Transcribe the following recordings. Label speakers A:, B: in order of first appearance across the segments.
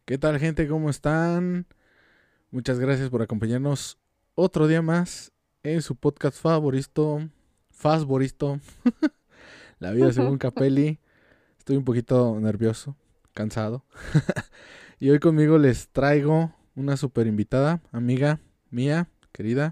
A: ¿Qué tal, gente? ¿Cómo están? Muchas gracias por acompañarnos otro día más en su podcast favorito, La vida según Capelli. Estoy un poquito nervioso, cansado. Y hoy conmigo les traigo una super invitada, amiga mía, querida.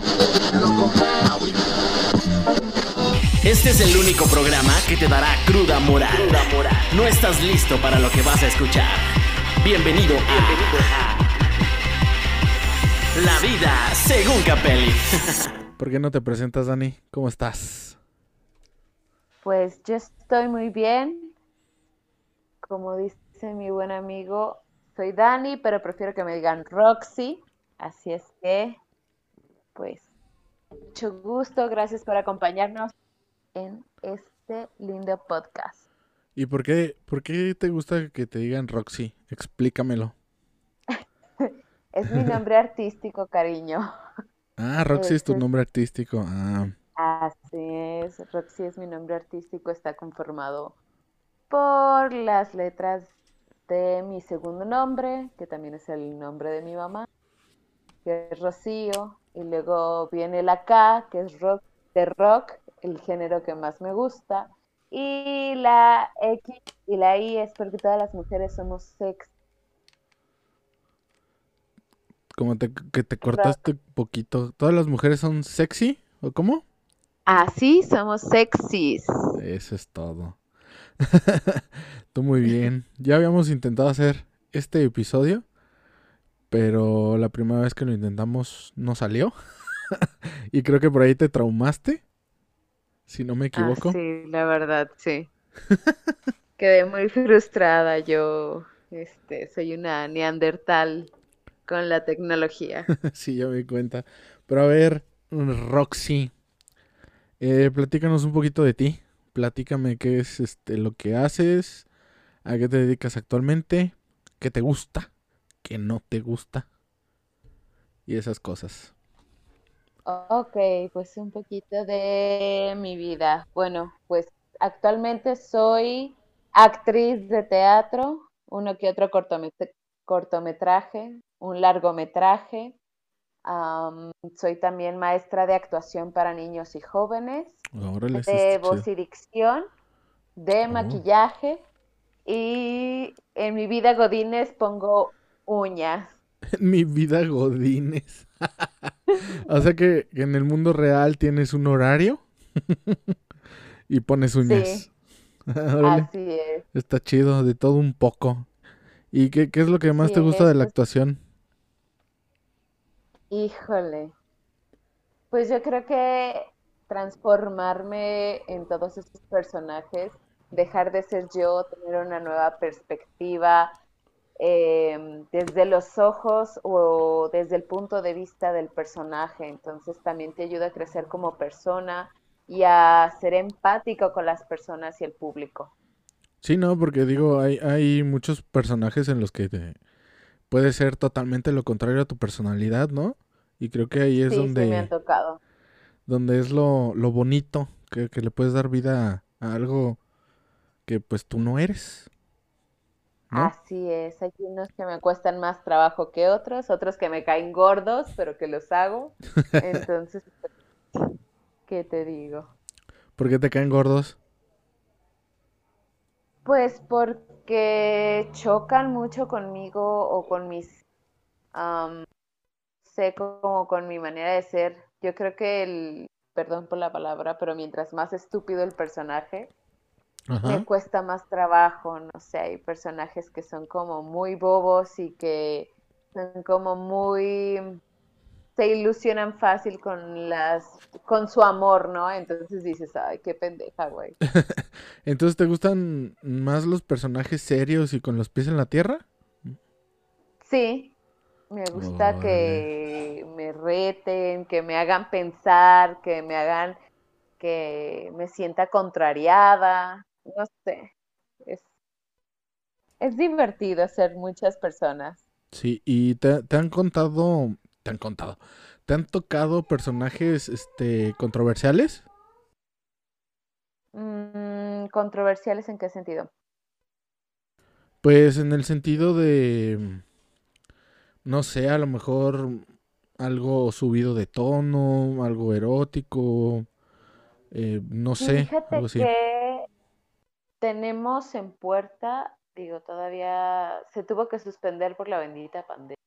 B: Este es el único programa que te dará cruda moral. No estás listo para lo que vas a escuchar. Bienvenido a La vida según Capelli.
A: ¿Por qué no te presentas, Dani? ¿Cómo estás?
C: Pues yo estoy muy bien. Como dice mi buen amigo, soy Dani, pero prefiero que me digan Roxy. Así es que, pues, mucho gusto. Gracias por acompañarnos en este lindo podcast.
A: ¿Y por qué te gusta que te digan Roxy? Explícamelo.
C: Es mi nombre artístico, cariño.
A: Ah, Roxy es tu
C: Ese es,
A: nombre artístico. Ah,
C: así es. Roxy es mi nombre artístico. Está conformado por las letras de mi segundo nombre, que también es el nombre de mi mamá, que es Rocío, y luego viene la K, que es rock, de rock, el género que más me gusta, y la X y la I es porque todas las mujeres somos sex
A: que te cortaste
C: rock.
A: un poquito. ¿Todas las mujeres son sexy? ¿O cómo?
C: Así somos sexys.
A: Eso es todo. Tú muy bien. Ya habíamos intentado hacer este episodio, pero la primera vez que lo intentamos no salió. Y creo que por ahí te traumaste, si no me
C: Ah,
A: equivoco.
C: sí, la verdad, sí. Quedé muy frustrada. Yo, soy una neandertal con la tecnología.
A: Sí, ya me di cuenta. Pero a ver, Roxy, platícanos un poquito de ti. Platícame qué es lo que haces, a qué te dedicas actualmente, qué te gusta, qué no te gusta y esas cosas.
C: Ok, pues un poquito de mi vida. Bueno, pues actualmente soy actriz de teatro, uno que otro cortometraje, un largometraje. Soy también maestra de actuación para niños y jóvenes,
A: Órale, sí está
C: de
A: chido.
C: voz y dicción, de
A: Oh.
C: maquillaje y en mi vida godines pongo uñas.
A: En mi vida godines. O sea que en el mundo real tienes un horario y pones
C: Sí,
A: uñas. Órale,
C: así es.
A: está chido, de todo un poco. ¿Y qué es lo que más
C: Así
A: te gusta de
C: es,
A: la
C: pues
A: actuación?
C: híjole. Pues yo creo que transformarme en todos estos personajes, dejar de ser yo, tener una nueva perspectiva desde los ojos o desde el punto de vista del personaje. Entonces también te ayuda a crecer como persona y a ser empático con las personas y el público.
A: Sí, no, porque digo, hay muchos personajes en los que puede ser totalmente lo contrario a tu personalidad, ¿no? Y creo que ahí es
C: Sí, sí, me han tocado.
A: donde es lo bonito, que le puedes dar vida a algo que pues tú no eres, ¿no?
C: Así es, hay unos que me cuestan más trabajo que otros, otros que me caen gordos, pero que los hago. Entonces, ¿qué te digo?
A: ¿Por qué te caen gordos?
C: Pues porque chocan mucho conmigo o con sé como con mi manera de ser. Yo creo que perdón por la palabra, pero mientras más estúpido el personaje, me
A: Ajá.
C: cuesta más trabajo. No sé, hay personajes que son como muy bobos y que son como muy se ilusionan fácil con su amor, ¿no? Entonces dices, ay, qué pendeja, güey.
A: Entonces, ¿te gustan más los personajes serios y con los pies en la tierra?
C: Sí, me gusta
A: Órale.
C: que me reten, que me hagan pensar, que me hagan que me sienta contrariada, no sé, es, es divertido ser muchas personas.
A: Sí, y te han contado, te han contado, te han tocado personajes, controversiales.
C: ¿Controversiales en qué sentido?
A: Pues en el sentido de, no sé, a lo mejor algo subido de tono, algo erótico, no sé, algo
C: Fíjate
A: así.
C: que tenemos en puerta, digo, todavía se tuvo que suspender por la bendita pandemia.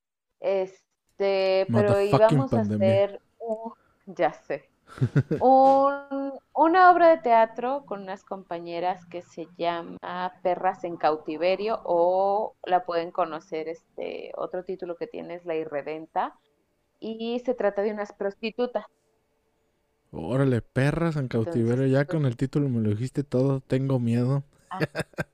C: Pero
A: Motherfucking
C: íbamos a
A: pandemia.
C: hacer ya sé, una obra de teatro con unas compañeras que se llama Perras en Cautiverio o la pueden conocer, otro título que tiene es La Irredenta y se trata de unas prostitutas.
A: Órale, perras en cautiverio.
C: Entonces,
A: Ya
C: pues,
A: con el título me lo dijiste todo. Tengo miedo.
C: ah,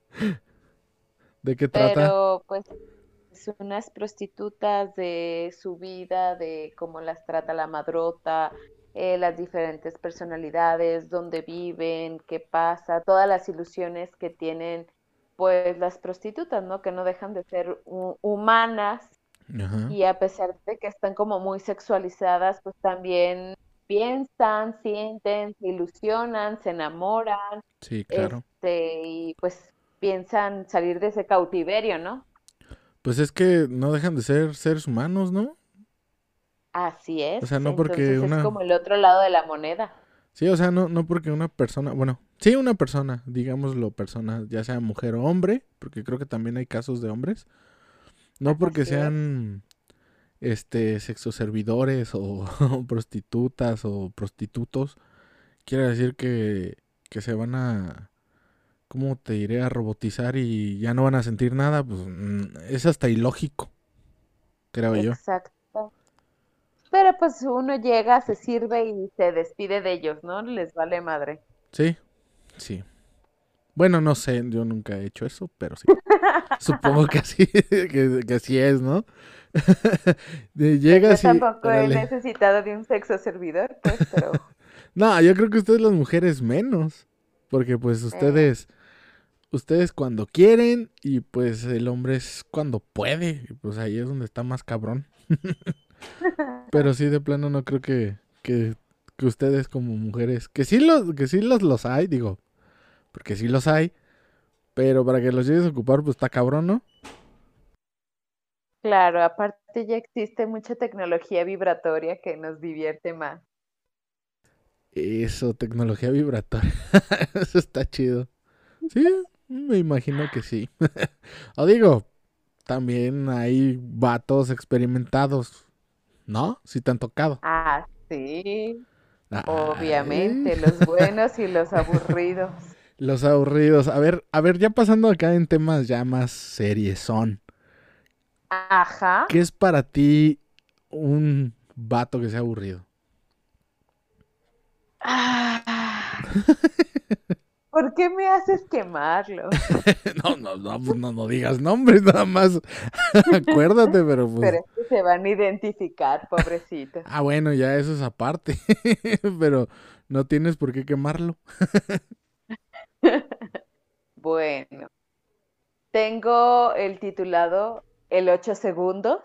A: ¿De qué trata?
C: pero pues son unas prostitutas de su vida, de cómo las trata la madrota, las diferentes personalidades, dónde viven, qué pasa, todas las ilusiones que tienen pues las prostitutas, ¿no? Que no dejan de ser humanas
A: Ajá.
C: y a pesar de que están como muy sexualizadas, pues también piensan, sienten, se ilusionan, se enamoran,
A: Sí, claro.
C: y pues piensan salir de ese cautiverio, ¿no?
A: Pues es que no dejan de ser seres humanos, ¿no?
C: Así
A: O
C: es,
A: sea, no porque
C: entonces es
A: una...
C: como el otro lado de la moneda.
A: Sí, o sea, no porque una persona... Bueno, sí, una persona, digámoslo persona, ya sea mujer o hombre, porque creo que también hay casos de hombres. No porque
C: Así es,
A: sean, sexoservidores o prostitutas o prostitutos, quiere decir que se van a... ¿Cómo te diré? A robotizar y ya no van a sentir nada, pues es hasta ilógico, creo yo.
C: exacto. Pero pues uno llega, se sirve y se despide de ellos, ¿no? Les vale madre.
A: Sí, sí. Bueno, no sé, yo nunca he hecho eso, pero sí. Supongo que así, que así es, ¿no?
C: Pues yo
A: Llegas y,
C: tampoco he
A: órale.
C: necesitado de un sexo servidor, pues, pero
A: No, yo creo que ustedes las mujeres menos, porque pues
C: eh,
A: ustedes cuando quieren y pues el hombre es cuando puede, y pues ahí es donde está más cabrón. Pero sí, de plano no creo que ustedes como mujeres, que sí los hay, digo, porque sí los hay, pero para que los llegues a ocupar, pues está cabrón, ¿no?
C: claro, aparte ya existe mucha tecnología vibratoria que nos divierte más.
A: Eso, tecnología vibratoria. Eso está chido. Sí, me imagino que sí. O digo, también hay vatos experimentados, ¿no? Si te han tocado.
C: Ah, sí,
A: Ay,
C: obviamente, los buenos y los aburridos.
A: los aburridos. A ver, ya pasando acá en temas ya más serios son.
C: Ajá.
A: ¿Qué es para ti un vato que sea aburrido?
C: Ah, ¿por qué me haces quemarlo?
A: No digas nombres, nada más. Acuérdate, pero pues.
C: Pero es que se van a identificar, pobrecitos.
A: Ah, bueno, ya eso es aparte. Pero no tienes por qué quemarlo.
C: Bueno, tengo el titulado El 8 segundos.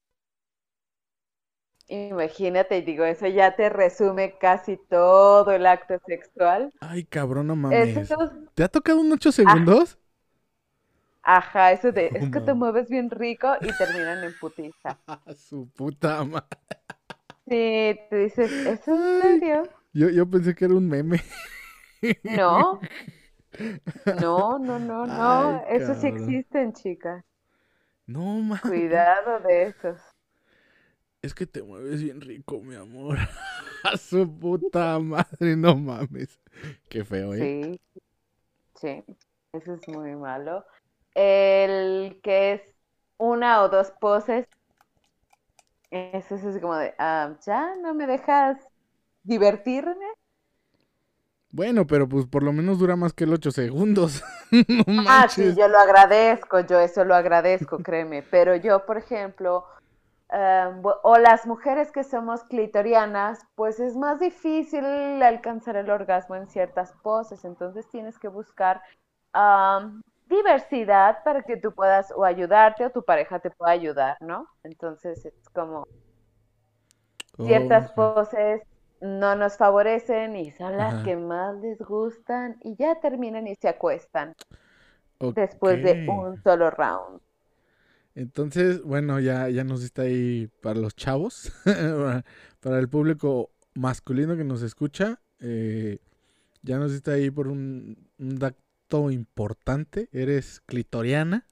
C: Imagínate, y digo, eso ya te resume casi todo el acto sexual.
A: Ay, cabrón, no mames.
C: Esos,
A: ¿Te ha tocado un 8
C: ah,
A: segundos?
C: ajá, eso de,
A: No
C: es que te
A: mames.
C: mueves bien rico y terminan en putiza.
A: Su puta madre.
C: Sí, tú dices, ¿es en
A: Ay,
C: serio?
A: yo pensé que era un meme.
C: No, no, no, no, no,
A: Ay,
C: esos sí
A: cabrón.
C: existen, chicas.
A: No mames.
C: Cuidado de esos.
A: Es que te mueves bien rico, mi amor. A su puta madre, no mames. Qué feo, ¿eh?
C: Sí, sí, eso es muy malo. El que es una o dos poses, eso es así como de, ya no me dejas divertirme.
A: Bueno, pero pues por lo menos dura más que el 8 segundos. No
C: Ah, sí,
A: manches.
C: yo lo agradezco, yo eso lo agradezco, créeme. Pero yo, por ejemplo, o las mujeres que somos clitorianas, pues es más difícil alcanzar el orgasmo en ciertas poses, entonces tienes que buscar diversidad para que tú puedas o ayudarte o tu pareja te pueda ayudar, ¿no? Entonces es como
A: Oh,
C: ciertas
A: sí.
C: poses no nos favorecen y son las
A: Ajá.
C: que más les gustan y ya terminan y se acuestan.
A: Ok.
C: después de un solo round.
A: Entonces, bueno, ya nos diste ahí para los chavos, para el público masculino que nos escucha, ya nos diste ahí por un dato importante. Eres clitoriana.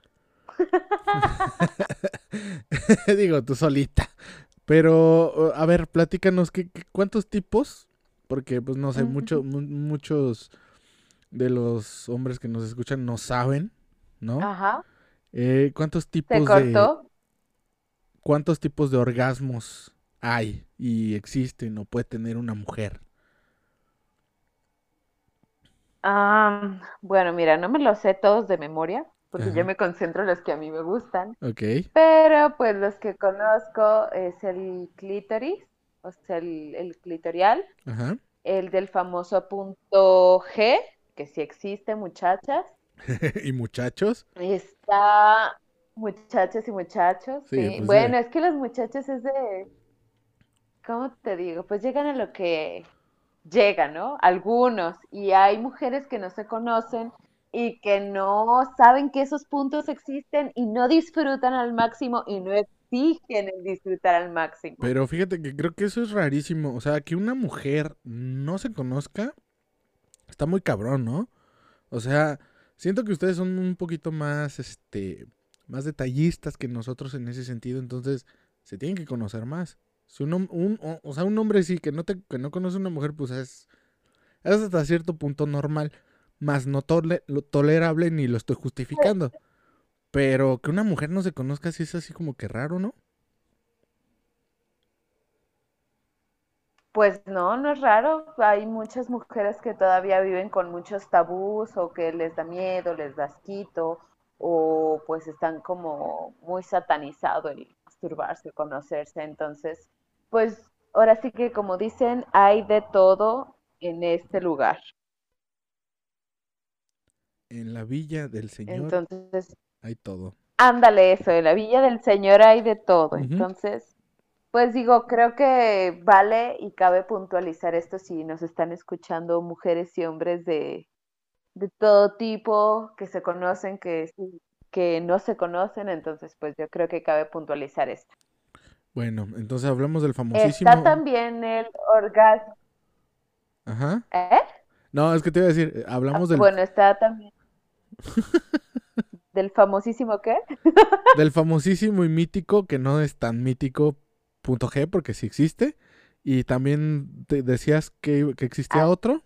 A: Digo, tú solita. Pero, a ver, platícanos, ¿cuántos tipos? Porque, pues, no sé,
C: Ujú.
A: muchos de los hombres que nos escuchan no saben, ¿no?
C: Ajá,
A: ¿Cuántos
C: se
A: tipos de
C: cortó.
A: cuántos tipos de orgasmos hay y existen o puede tener una mujer?
C: Bueno, mira, no me los sé todos de memoria, porque yo
A: Ajá.
C: me concentro en los que a mí me gustan,
A: Ok.
C: pero pues los que conozco es el clítoris, o sea, el clitorial,
A: Ajá.
C: el del famoso punto G, que sí existe, muchachas.
A: ¿Y muchachos?
C: Está muchachos y muchachos,
A: Sí,
C: sí.
A: pues sí.
C: Bueno, es que los muchachos es de, ¿cómo te digo? Pues llegan a lo que llegan, ¿no? Algunos. Y hay mujeres que no se conocen y que no saben que esos puntos existen y no disfrutan al máximo y no exigen el disfrutar al máximo.
A: Pero fíjate que creo que eso es rarísimo. O sea, que una mujer no se conozca está muy cabrón, ¿no? O sea, siento que ustedes son un poquito más, más detallistas que nosotros en ese sentido, entonces se tienen que conocer más. Si o sea, un hombre sí que no conoce a una mujer, pues es hasta cierto punto normal, más no lo tolerable ni lo estoy justificando. Pero que una mujer no se conozca sí es así como que raro, ¿no?
C: Pues no, no es raro. Hay muchas mujeres que todavía viven con muchos tabús o que les da miedo, les da asquito o pues están como muy satanizado el masturbarse, conocerse. Entonces, pues ahora sí que como dicen, hay de todo en este lugar.
A: En la villa del señor
C: Entonces,
A: hay todo.
C: ándale eso, en la Villa del Señor hay de todo.
A: Ujú.
C: Entonces, pues digo, creo que vale y cabe puntualizar esto si nos están escuchando mujeres y hombres de todo tipo, que se conocen, que no se conocen, entonces pues yo creo que cabe puntualizar esto.
A: Bueno, entonces hablamos del
C: Está
A: famosísimo.
C: también el orgasmo,
A: Ajá.
C: ¿eh?
A: No, es que te iba a decir, hablamos
C: Bueno, está también del famosísimo ¿qué?
A: del famosísimo y mítico, que no es tan mítico, punto G, porque sí existe. Y también te decías que existía
C: Ah,
A: otro.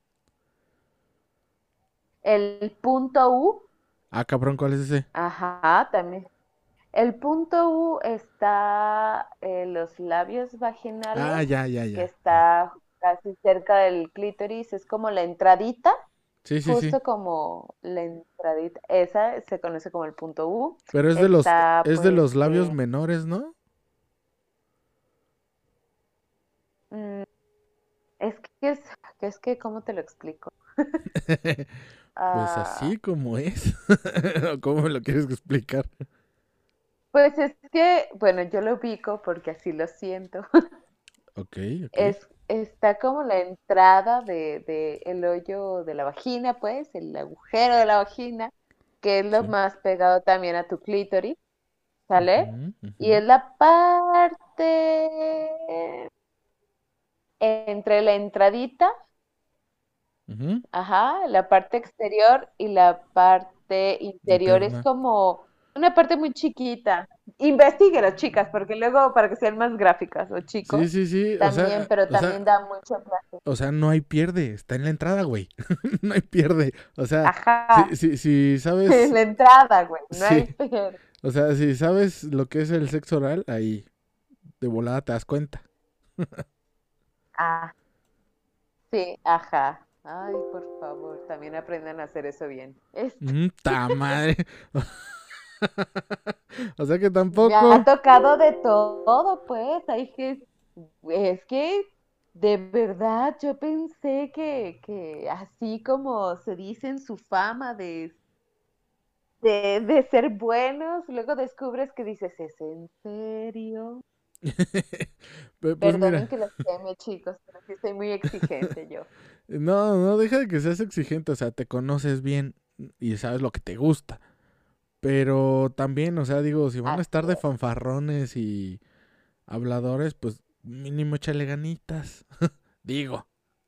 C: el punto U,
A: Ah, cabrón, ¿cuál es ese?
C: ajá, también. El punto U está en los labios
A: Ah,
C: vaginales, que
A: ya.
C: está casi cerca del clítoris, es como la entradita,
A: Sí, sí, sí.
C: justo como la entradita, esa se conoce como el punto U.
A: Pero
C: Está
A: es de
C: pues,
A: los labios menores, ¿no?
C: mm, es que, ¿cómo te lo explico?
A: Pues
C: Ah,
A: así como es. ¿Cómo me lo quieres explicar?
C: pues es que, bueno, yo lo ubico porque así lo siento.
A: Ok, ok.
C: Está como la entrada de el hoyo de la vagina, pues, el agujero de la vagina, que es lo
A: Sí.
C: más pegado también a tu clítoris, ¿sale?
A: Ujú,
C: Y
A: ujú,
C: es la parte entre la entradita,
A: ujú.
C: ajá, la parte exterior y la parte interior es
A: Interna.
C: como una parte muy chiquita. Investíguelo, chicas, porque luego para que sean más gráficas, o
A: Sí,
C: chicos,
A: sí, sí.
C: también, pero también da mucho placer.
A: O sea, no hay pierde. Está en la entrada, güey. No hay pierde. O sea,
C: Ajá.
A: si
C: En
A: sabes.
C: la entrada, güey, no hay
A: Sí.
C: peor.
A: O sea, si sabes lo que es el sexo oral, ahí de volada te das cuenta.
C: Ah, sí, ajá. Ay, por favor, también aprendan a hacer eso bien.
A: Ta madre. O sea que
C: Me ha
A: tampoco.
C: tocado de todo, pues. Es que de verdad yo pensé que así como se dice en su fama de ser buenos, luego descubres que dices, ¿es en serio?
A: Pues
C: Perdonen
A: mira.
C: que los queme, chicos, pero sí soy muy exigente yo.
A: No, no, deja de que seas exigente. O sea, te conoces bien. y sabes lo que te gusta. Pero también, o sea, digo, si van a
C: Así
A: estar de
C: es.
A: fanfarrones y habladores, pues mínimo échale ganitas. Digo.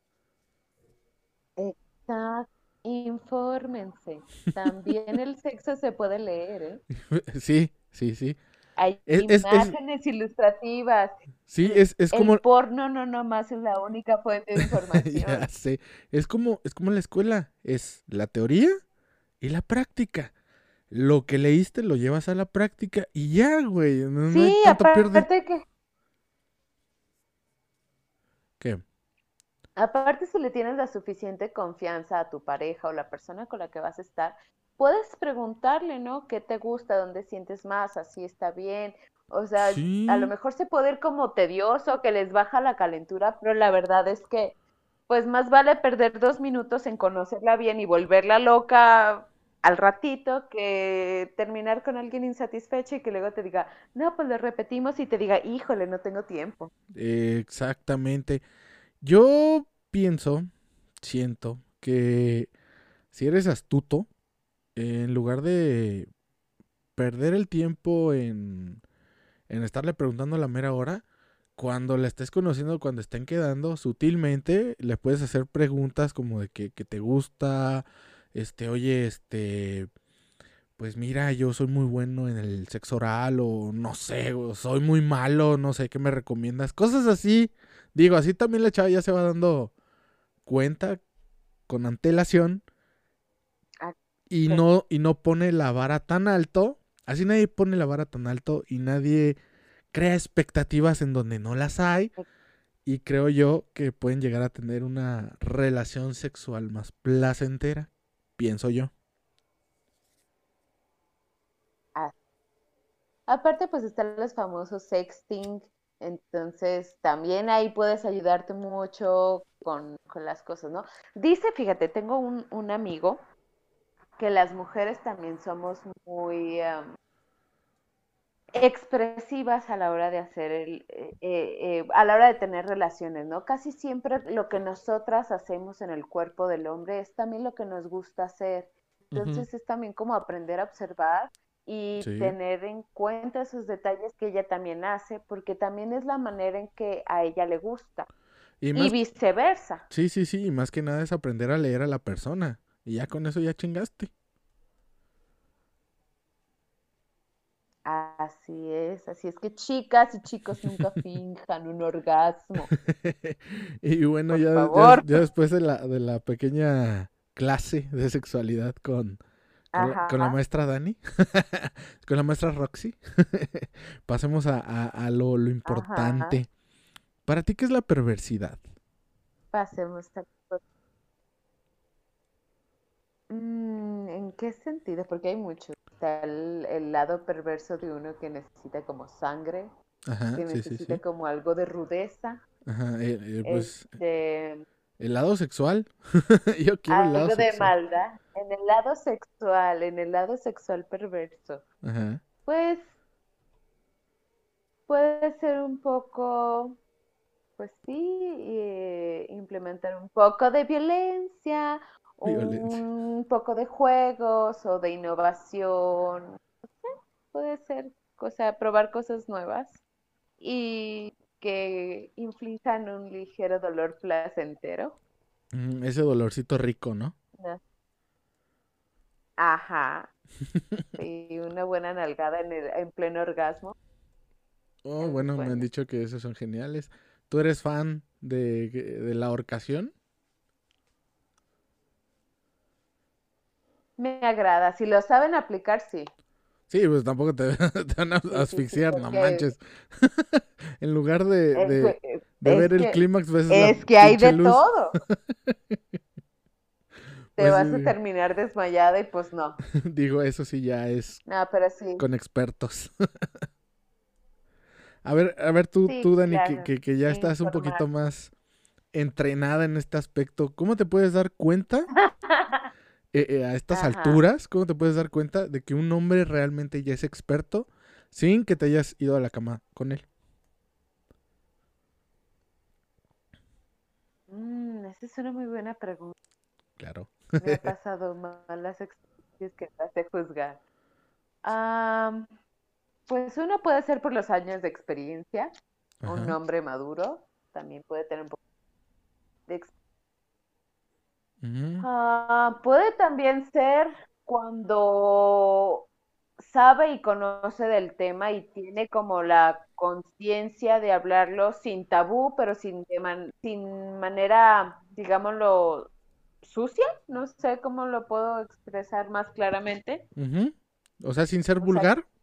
C: Exacto. Infórmense. También el sexo se puede leer, ¿eh?
A: Sí, sí, sí.
C: Hay
A: Es,
C: imágenes ilustrativas.
A: sí, es
C: El
A: como,
C: porno no nomás es la única fuente de
A: ya
C: información.
A: sé, es como la escuela, es la teoría y la práctica. Lo que leíste lo llevas a la práctica y ya, güey, no hay
C: Sí,
A: tanto pierde. ¿Qué?
C: aparte si le tienes la suficiente confianza a tu pareja o la persona con la que vas a estar, puedes preguntarle, ¿no? ¿Qué te gusta? ¿Dónde sientes más? Así está bien. O sea, a lo
A: Sí,
C: mejor se puede ir como tedioso, que les baja la calentura, pero la verdad es que, pues más vale perder 2 minutos en conocerla bien y volverla loca al ratito que terminar con alguien insatisfecho y que luego te diga, no, pues lo repetimos y te diga, híjole, no tengo tiempo.
A: exactamente. Yo pienso, siento que si eres astuto, en lugar de perder el tiempo en estarle preguntando a la mera hora, cuando la estés conociendo, cuando estén quedando, sutilmente le puedes hacer preguntas como de que te gusta, oye, pues mira, yo soy muy bueno en el sexo oral o no sé, o soy muy malo, no sé, ¿qué me recomiendas? Cosas así. Digo, así también la chava ya se va dando cuenta con antelación
C: Ah,
A: y no pone la vara tan alto. Así nadie pone la vara tan alto y nadie crea expectativas en donde no las hay. Y creo yo que pueden llegar a tener una relación sexual más placentera. Pienso yo.
C: ah, aparte, pues están los famosos sexting, entonces también ahí puedes ayudarte mucho con las cosas, ¿no? Dice, fíjate, tengo un amigo que las mujeres también somos muy expresivas a la hora de hacer a la hora de tener relaciones, ¿no? Casi siempre lo que nosotras hacemos en el cuerpo del hombre es también lo que nos gusta hacer.
A: Ujú.
C: Entonces es también como aprender a observar y
A: Sí.
C: tener en cuenta esos detalles que ella también hace, porque también es la manera en que a ella le gusta
A: Y
C: y
A: más,
C: viceversa.
A: sí, sí, sí, y más que nada es aprender a leer a la persona. Y ya con eso ya chingaste.
C: Así es que chicas y chicos nunca finjan un orgasmo,
A: Y bueno,
C: por
A: ya, ya,
C: favor.
A: ya después de la pequeña clase de sexualidad con la
C: Ajá,
A: maestra Dani, con la maestra Roxy, pasemos a lo
C: ajá.
A: importante. ¿Para ti qué es la perversidad?
C: Pasemos a... ¿En qué sentido? Porque hay mucho. Está el lado perverso de uno que necesita como sangre,
A: Ajá,
C: que
A: sí, sí,
C: necesita
A: sí.
C: como algo de rudeza,
A: Ajá, pues
C: este,
A: el lado sexual. Yo quiero el lado
C: algo de
A: sexual.
C: maldad. En el lado sexual perverso,
A: Ajá.
C: pues puede ser un poco, pues sí, implementar un poco de violencia,
A: Violencia.
C: un poco de juegos o de innovación. Puede ser cosa, probar cosas nuevas y que inflijan un ligero dolor placentero.
A: Ese dolorcito rico, ¿no?
C: No. Ajá, y una buena nalgada en pleno orgasmo.
A: Oh,
C: Eso es
A: bueno, me han
C: bueno.
A: dicho que esos son geniales. ¿Tú eres fan de la ahorcación?
C: Me agrada. Si lo saben aplicar, sí.
A: Sí, pues tampoco te, te van a
C: Sí, sí, sí,
A: asfixiar, no
C: porque
A: manches. En lugar
C: eh, güey,
A: de ver el
C: que
A: clímax, ves la
C: es que hay
A: pinche
C: de
A: luz.
C: todo. Te
A: Pues
C: vas a
A: sí,
C: terminar desmayada y pues no.
A: digo, eso sí ya es
C: No, pero sí,
A: con expertos. A ver
C: sí,
A: tú, Dani,
C: claro.
A: que ya estás un poquito
C: Informar.
A: más entrenada en este aspecto, ¿cómo te puedes dar cuenta a estas
C: Ajá.
A: alturas? ¿Cómo te puedes dar cuenta de que un hombre realmente ya es experto sin que te hayas ido a la cama con él?
C: Esa es una muy buena pregunta.
A: Claro.
C: Me ha pasado malas experiencias que me hace juzgar. Am, pues uno puede ser por los años de experiencia, un
A: Ajá.
C: hombre maduro, también puede tener un poco de
A: Ujú,
C: puede también ser cuando sabe y conoce del tema y tiene como la conciencia de hablarlo sin tabú, pero sin manera, digámoslo, sucia. No sé cómo lo puedo expresar más claramente.
A: ujú. O sea, sin ser
C: O sea,
A: vulgar.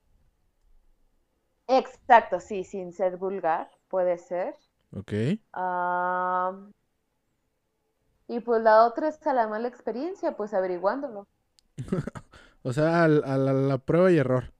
C: exacto, sí, sin ser vulgar, puede ser.
A: Ok.
C: Ah, y pues la otra es a la mala experiencia, pues averiguándolo.
A: O sea, la prueba y error.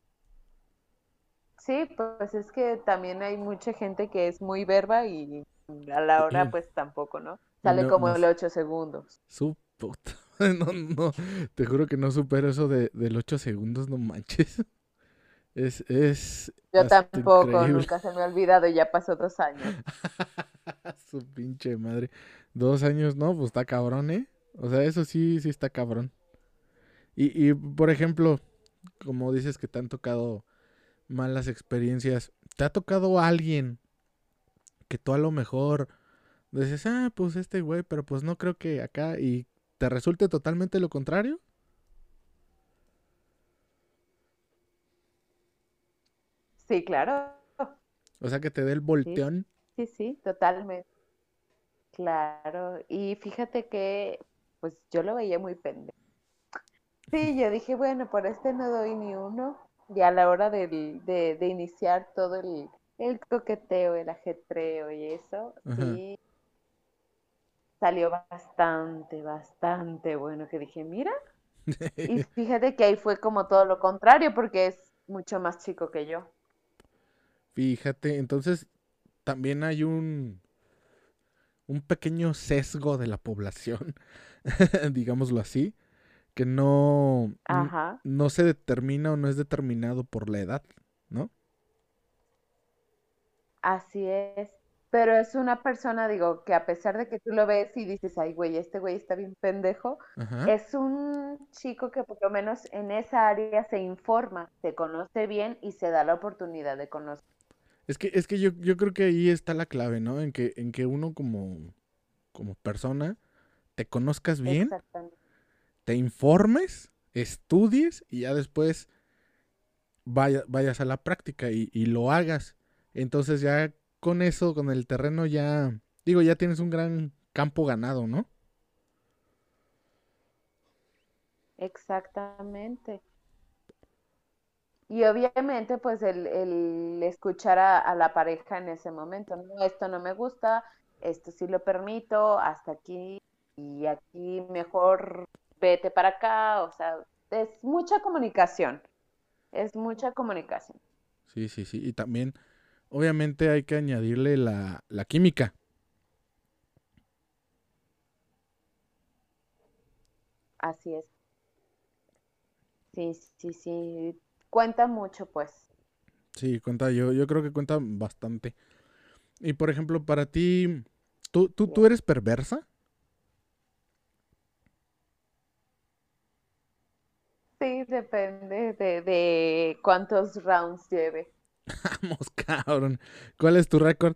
C: Sí, pues es que también hay mucha gente que es muy verba y a la hora
A: Y,
C: pues tampoco, ¿no?
A: y
C: Sale
A: no,
C: como
A: no,
C: el 8 segundos.
A: su puta. No, no, te juro que no supero eso del 8 segundos, no manches. Es
C: Yo
A: hasta
C: tampoco,
A: increíble.
C: nunca se me ha olvidado, ya pasó 2 años.
A: Su pinche madre. 2 años, no, pues está cabrón, ¿eh? O sea, eso sí, sí está cabrón. Por ejemplo, como dices que te han tocado malas experiencias, ¿te ha tocado alguien que tú a lo mejor dices, ah, pues este güey, pero pues no creo que acá y te resulte totalmente lo contrario?
C: Sí, claro.
A: O sea, que te dé el
C: Sí,
A: volteón.
C: sí, sí, totalmente. Claro. Y fíjate que pues yo lo veía muy pendejo. Sí, yo dije, bueno, por este no doy ni uno. Y a la hora de iniciar todo el coqueteo, el ajetreo y eso,
A: Ajá.
C: sí salió bastante, bastante bueno, que dije, mira, y fíjate que ahí fue como todo lo contrario, porque es mucho más chico que yo.
A: Fíjate, entonces también hay un pequeño sesgo de la población, digámoslo así, que
C: Ajá,
A: no se determina o no es determinado por la edad, ¿no?
C: así es. Pero es una persona, digo, que a pesar de que tú lo ves y dices, ay, güey, este güey está bien pendejo,
A: Ajá.
C: es un chico que por lo menos en esa área se informa, se conoce bien y se da la oportunidad de conocer.
A: Es que yo creo que ahí está la clave, ¿no? En que uno como persona te conozcas bien,
C: Exactamente.
A: te informes, estudies y ya después vayas a la práctica y lo hagas. Entonces ya con eso, con el terreno ya, digo, ya tienes un gran campo ganado, ¿no?
C: Exactamente. Y obviamente, pues el escuchar a la pareja en ese momento, no, esto no me gusta, esto sí lo permito, hasta aquí y aquí mejor vete para acá, o sea, es mucha comunicación,
A: Sí, sí, sí. Y también, obviamente, hay que añadirle la química.
C: así es, sí, sí, sí, cuenta mucho, pues,
A: Sí, cuenta, yo creo que cuenta bastante. Y por ejemplo, para ti, ¿tú eres perversa?
C: sí, depende de cuántos rounds lleve,
A: Vamos, cabrón. ¿Cuál es tu récord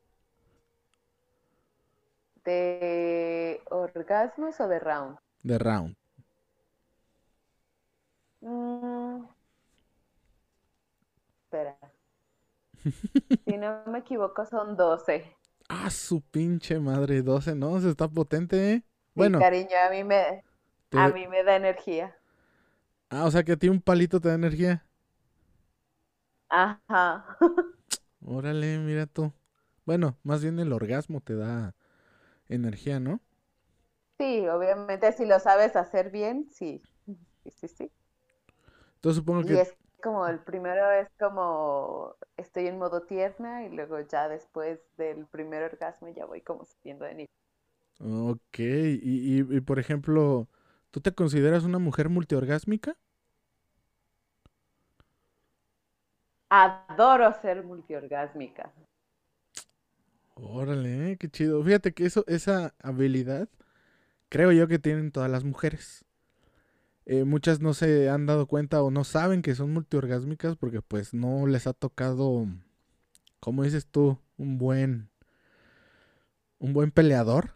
C: de orgasmos o de rounds.
A: de round?
C: Mm, espera. Si no me equivoco, son 12.
A: Ah, su pinche madre, 12, ¿no? Se está potente, ¿eh?
C: Sí,
A: Bueno,
C: cariño, a
A: te...
C: mí me da energía.
A: O sea que a ti un palito te da energía.
C: Ajá.
A: Órale, mira tú. Bueno, más bien el orgasmo te da energía, ¿no?
C: Sí, obviamente si lo sabes hacer bien, sí. Sí, sí, sí.
A: Entonces supongo
C: Y
A: que...
C: es como el primero es como estoy en modo tierna y luego ya después del primer orgasmo ya voy como subiendo de nivel.
A: Ok, y por ejemplo, ¿tú te consideras una mujer multiorgásmica?
C: Adoro ser multiorgásmica.
A: Órale, qué chido. Fíjate que esa habilidad creo yo que tienen todas las mujeres. Muchas no se han dado cuenta o no saben que son multiorgásmicas porque pues no les ha tocado, como dices tú, un buen peleador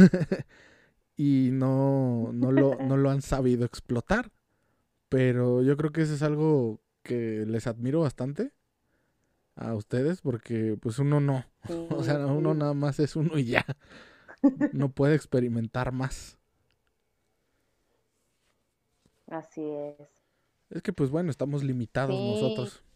A: y no lo han sabido explotar. Pero yo creo que eso es algo que les admiro bastante a ustedes porque pues uno no. O sea,
C: Sí,
A: uno nada más es uno y ya. No puede experimentar más.
C: así es.
A: Es que pues bueno, estamos limitados
C: Sí,
A: nosotros.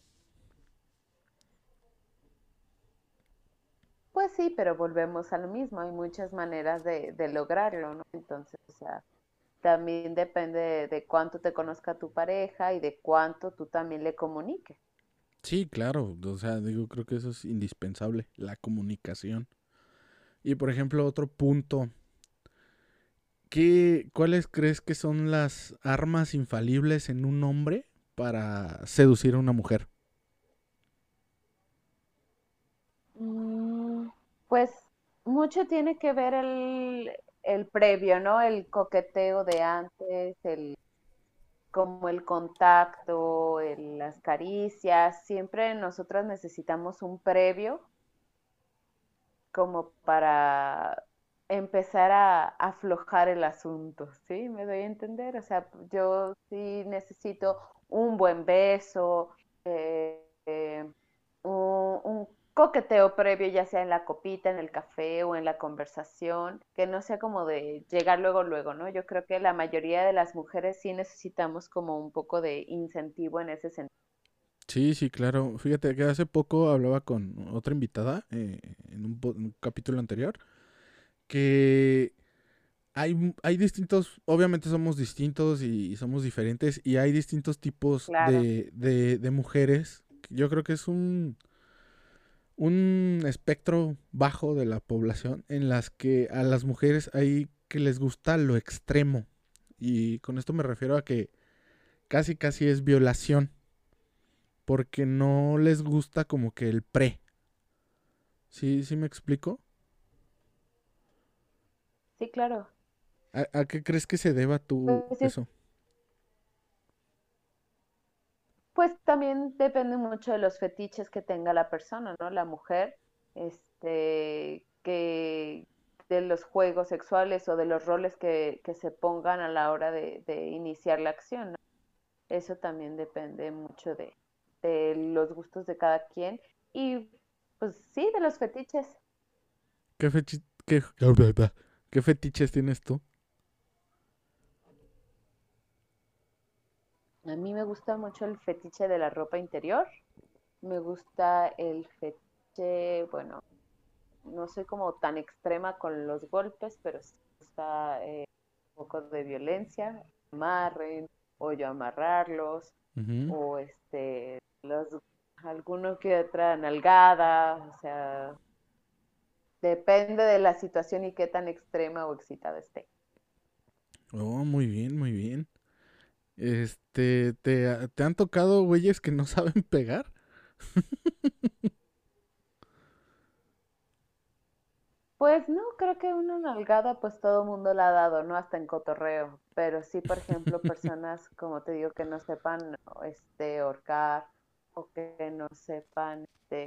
C: pues sí, pero volvemos a lo mismo. Hay muchas maneras de lograrlo, ¿no? Entonces, o sea, también depende de cuánto te conozca tu pareja y de cuánto tú también le comuniques.
A: Sí, claro. O sea, digo, creo que eso es indispensable, la comunicación. Y por ejemplo, otro punto. ¿Cuáles crees que son las armas infalibles en un hombre para seducir a una mujer?
C: Mm, pues mucho tiene que ver el previo, ¿no? El coqueteo de antes, como el contacto, las caricias. Siempre nosotras necesitamos un previo como para empezar a aflojar el asunto, ¿sí? ¿Me doy a entender? O sea, yo sí necesito un buen beso, eh, eh, un coqueteo previo, ya sea en la copita, en el café o en la conversación, que no sea como de llegar luego, luego, ¿no? Yo creo que la mayoría de las mujeres sí necesitamos como un poco de incentivo en ese sentido.
A: Sí, sí, claro. Fíjate que hace poco hablaba con otra invitada en un capítulo anterior que hay distintos, obviamente somos distintos y somos diferentes y hay distintos tipos
C: Claro.
A: de mujeres. Yo creo que es un espectro bajo de la población en las que a las mujeres hay que les gusta lo extremo. Y con esto me refiero a que casi casi es violación, porque no les gusta como que el pre. ¿Sí, sí me explico?
C: Sí, claro.
A: ¿A qué crees que se deba tú
C: Pues sí,
A: eso?
C: pues también depende mucho de los fetiches que tenga la persona, ¿no? La mujer, que de los juegos sexuales o de los roles que se pongan a la hora de iniciar la acción, ¿no? Eso también depende mucho de los gustos de cada quien y pues sí, de los fetiches.
A: ¿Qué, qué fetiches tienes tú?
C: A mí me gusta mucho el fetiche de la ropa interior, me gusta el fetiche, bueno, no soy como tan extrema con los golpes, pero sí me gusta un poco de violencia, amarren, o yo amarrarlos,
A: Ujú.
C: o alguno que otra nalgada, o sea, depende de la situación y qué tan extrema o excitada esté.
A: Oh, muy bien, muy bien. ¿Te han tocado güeyes que no saben pegar?
C: Pues no, creo que una nalgada pues todo el mundo la ha dado, ¿no? Hasta en cotorreo, pero sí, por ejemplo, personas, como te digo, que no sepan, ¿no? Ahorcar o que no sepan,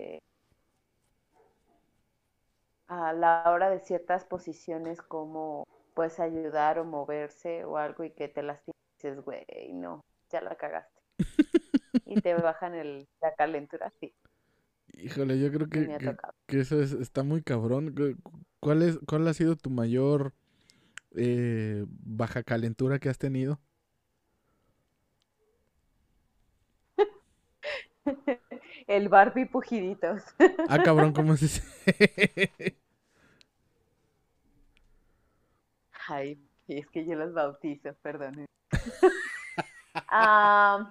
C: a la hora de ciertas posiciones como puedes ayudar o moverse o algo y que te lastimes, dices, güey, no, ya la cagaste. Y te bajan la calentura, sí,
A: Híjole, yo creo
C: sí me ha tocado.
A: que eso está muy cabrón. ¿Cuál ha sido tu mayor baja calentura que has tenido?
C: El Barbie pujiditos.
A: Ah, cabrón, ¿cómo es ese?
C: Ay, es que yo los bautizo, perdón. Ah,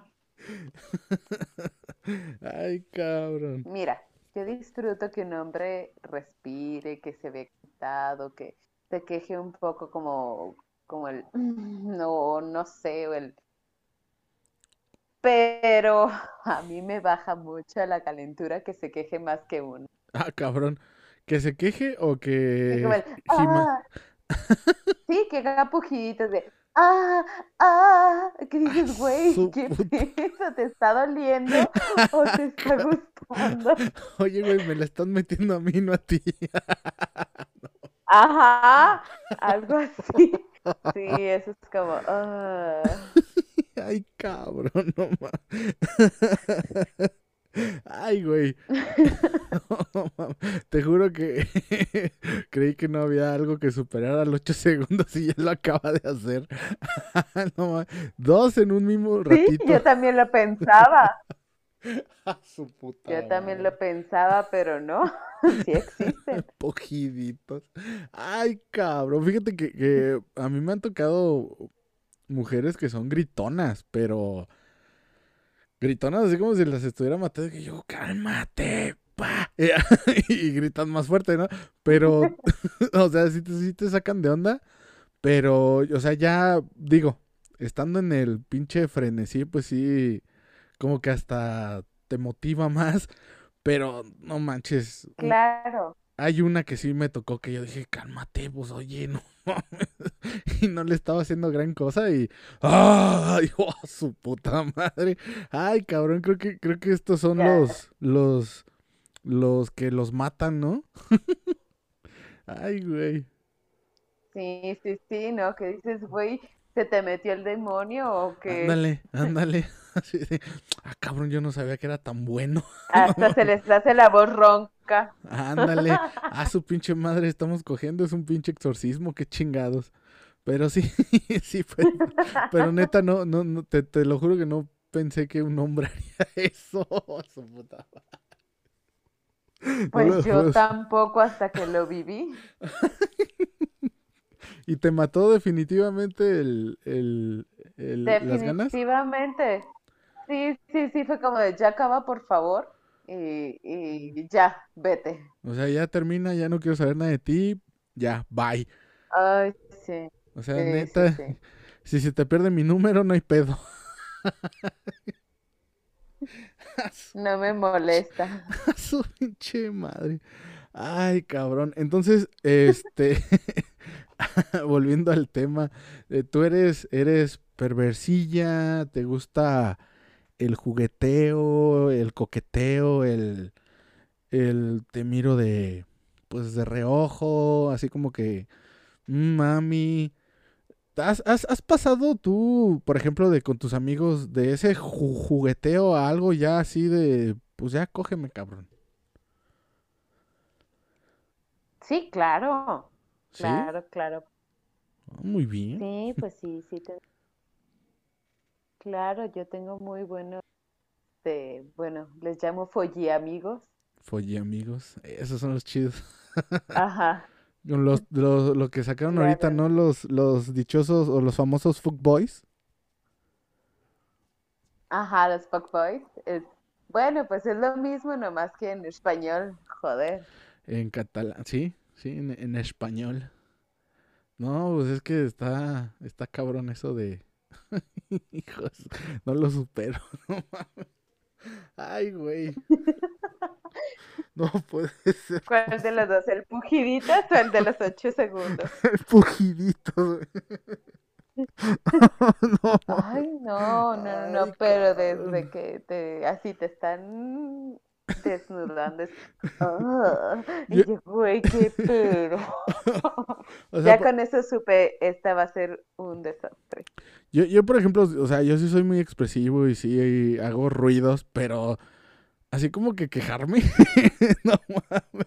A: Ay, cabrón.
C: mira, yo disfruto que un hombre respire, que se ve excitado, que se queje un poco como el, no, no sé, o el, pero a mí me baja mucho la calentura que se queje más que uno.
A: Ah, cabrón. ¿Que se queje o
C: Es como
A: que
C: el, ah, Sí, que haga pujiditos de ah, ah, que
A: Ah,
C: dices, güey,
A: su
C: ¿qué
A: puta.
C: pedo? ¿Te está doliendo o te está gustando?
A: Oye, güey, me la están metiendo a mí, no a ti.
C: Ajá, algo así. Sí, eso es como, ah.
A: Ay, cabrón, no mames. Ay, güey. No mames. Te juro que creí que no había algo que superara los 8 segundos y ya lo acaba de hacer. No mames. Dos en un mismo
C: Sí,
A: ratito.
C: yo también lo pensaba.
A: A su puta
C: Yo también lo
A: madre.
C: pensaba, pero no, sí existen.
A: Pojiditos. Ay, cabrón. Fíjate que a mí me han tocado mujeres que son gritonas, pero gritonas así como si las estuviera matando. Que yo, cálmate, pa. Y gritan más fuerte, ¿no? Pero, o sea, sí te sacan de onda. Pero, o sea, ya digo, estando en el pinche frenesí, pues sí, como que hasta te motiva más. Pero no manches,
C: Claro.
A: hay una que sí me tocó que yo dije, cálmate, pues oye, no mames. Y no le estaba haciendo gran cosa y. ¡Ay! ¡Oh, su puta madre! Ay, cabrón, creo que estos son
C: Ya.
A: los que los matan, ¿no? Ay, güey.
C: Sí, sí, sí, ¿no? Que dices, güey, ¿se te metió el demonio o qué?
A: Ándale, ándale. Así de, ah, cabrón, yo no sabía que era tan bueno. No
C: Hasta se
A: mames.
C: les hace la voz ronca.
A: Ándale. A su pinche madre, estamos cogiendo, es un pinche exorcismo, qué chingados. Pero sí, sí, pero neta, te lo juro que no pensé que un hombre haría eso. Su puta madre.
C: Pues yo tampoco hasta que lo viví.
A: ¿Y te mató definitivamente las ganas?
C: Definitivamente. Sí, sí, sí, fue como de ya acaba, por favor. Y ya, vete.
A: O sea, ya termina, ya no quiero saber nada de ti, ya, bye.
C: Ay, sí,
A: O sea,
C: sí, sí,
A: neta,
C: sí.
A: si se te pierde mi número, no hay pedo. A su,
C: No me molesta.
A: a su pinche madre. Ay, cabrón. Entonces, volviendo al tema, tú eres perversilla, te gusta el jugueteo, el coqueteo, el te miro de, pues de reojo, así como que, mami. ¿Has pasado tú, por ejemplo, de con tus amigos de ese jugueteo a algo ya así de, pues ya cógeme, cabrón?
C: Sí, claro,
A: ¿Sí?
C: claro, claro.
A: Ah, muy bien.
C: Sí, pues sí, sí, claro, yo tengo muy buenos, bueno, les llamo folli amigos.
A: Folle, amigos. Esos son los chidos.
C: Ajá,
A: Con lo que sacaron ahorita,
C: claro.
A: ¿no? Los dichosos o los famosos fuckboys.
C: Ajá, los fuckboys. Bueno, pues es lo mismo, nomás que en español, joder.
A: En catalán, sí, sí, en español. No, pues es que está cabrón eso de. Hijos, no lo supero. No mames. Ay, güey. No puede ser
C: ¿Cuál de los
A: posible.
C: dos? ¿El pujiditas o el de los 8 segundos?
A: El pujidito, güey. No
C: Ay,
A: mames.
C: no, no, no,
A: Ay,
C: no, pero desde
A: cabrón.
C: que así te están desnudando, ah, y
A: Yo,
C: yo, güey, qué pero.
A: o sea,
C: Ya con eso supe, esta va a ser un desastre.
A: yo, por ejemplo, o sea, yo sí soy muy expresivo y sí hago ruidos, pero así como que quejarme. No mames.